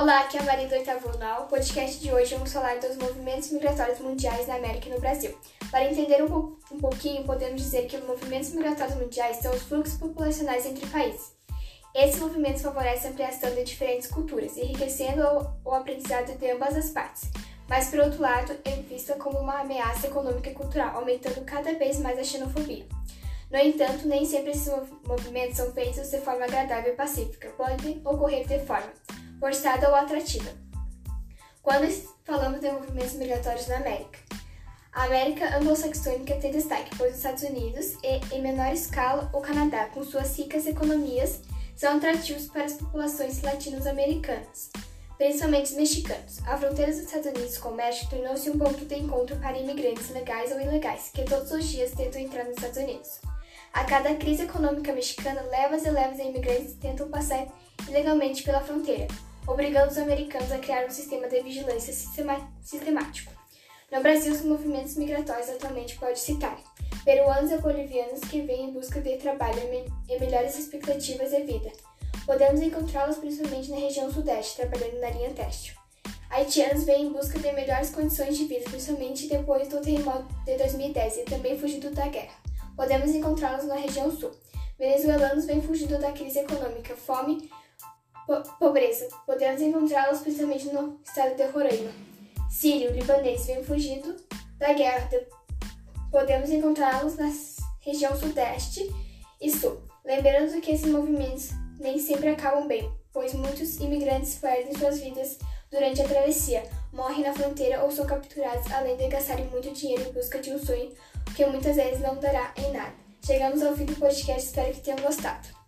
Olá, aqui é a Maria do Oitavo Anual. O podcast de hoje vamos falar dos movimentos migratórios mundiais na América e no Brasil. Para entender um pouquinho, podemos dizer que os movimentos migratórios mundiais são os fluxos populacionais entre países. Esses movimentos favorecem a ampliação de diferentes culturas, enriquecendo o aprendizado de ambas as partes. Mas, por outro lado, é vista como uma ameaça econômica e cultural, aumentando cada vez mais a xenofobia. No entanto, nem sempre esses movimentos são feitos de forma agradável e pacífica. Podem ocorrer de forma forçada ou atrativa. Quando falamos de movimentos migratórios na América, a América anglo-saxônica tem destaque, pois os Estados Unidos e, em menor escala, o Canadá, com suas ricas economias, são atrativos para as populações latino-americanas, principalmente os mexicanos. A fronteira dos Estados Unidos com o México tornou-se um ponto de encontro para imigrantes legais ou ilegais, que todos os dias tentam entrar nos Estados Unidos. A cada crise econômica mexicana, levas e levas de imigrantes tentam passar ilegalmente pela fronteira, obrigando os americanos a criar um sistema de vigilância sistemático. No Brasil, os movimentos migratórios atualmente pode citar peruanos e bolivianos que vêm em busca de trabalho e melhores expectativas de vida. Podemos encontrá-los principalmente na região sudeste, trabalhando na linha têxtil. Haitianos vêm em busca de melhores condições de vida, principalmente depois do terremoto de 2010 e também fugindo da guerra. Podemos encontrá-los na região sul. Venezuelanos vêm fugindo da crise econômica, fome, pobreza. Podemos encontrá-los principalmente no estado de Roraima. Sírio, libanês vêm fugindo da guerra. Podemos encontrá-los na região sudeste e sul. Lembrando que esses movimentos nem sempre acabam bem, pois muitos imigrantes perdem suas vidas durante a travessia, morrem na fronteira ou são capturados, além de gastarem muito dinheiro em busca de um sonho que muitas vezes não dará em nada. Chegamos ao fim do podcast, espero que tenham gostado.